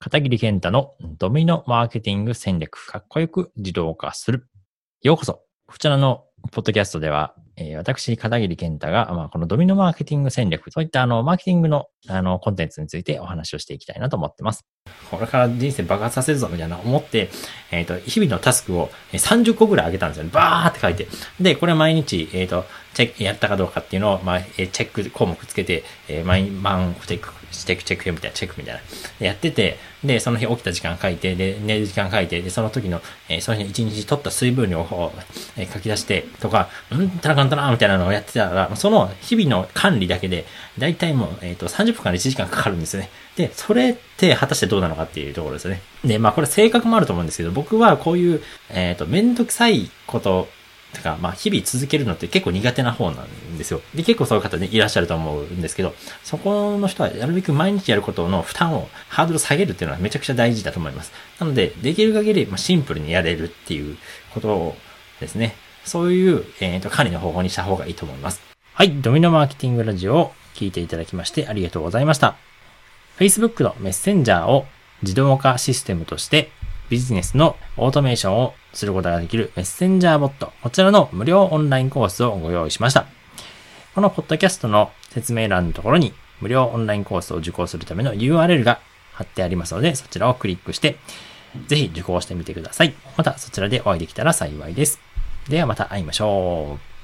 片桐健太のドミノマーケティング戦略、かっこよく自動化する。ようこそ。こちらのポッドキャストでは、私、片桐健太が、このドミノマーケティング戦略、そういったマーケティングのコンテンツについてお話をしていきたいなと思ってます。これから人生爆発させるぞみたいな思って、日々のタスクを30個ぐらい上げたんですよね。バーって書いて。で、これ毎日、チェック、やったかどうかっていうのを、チェック項目つけて、毎晩チェックみたいな、チェックみたいな。やってて、で、その日起きた時間書いて、で、寝る時間書いて、で、その時の、その日1日取った水分量を書き出して、とか、たらかんたらみたいなのをやってたら、その日々の管理だけで、だいたいもう、30分から1時間かかるんですよね。で、それって果たしてどうなのかっていうところですよね。で、これ性格もあると思うんですけど、僕はこういう、めんどくさいこととか、日々続けるのって結構苦手な方なんですよ。で、結構そういう方ね、いらっしゃると思うんですけど、そこの人はなるべく毎日やることの負担を、ハードル下げるっていうのはめちゃくちゃ大事だと思います。なので、できる限り、シンプルにやれるっていうことをですね、そういう、管理の方法にした方がいいと思います。はい、ドミノマーケティングラジオを聞いていただきましてありがとうございました。Facebook のメッセンジャーを自動化システムとしてビジネスのオートメーションをすることができるメッセンジャーボット、こちらの無料オンラインコースをご用意しました。このポッドキャストの説明欄のところに無料オンラインコースを受講するための URL が貼ってありますので、そちらをクリックしてぜひ受講してみてください。またそちらでお会いできたら幸いです。ではまた会いましょう。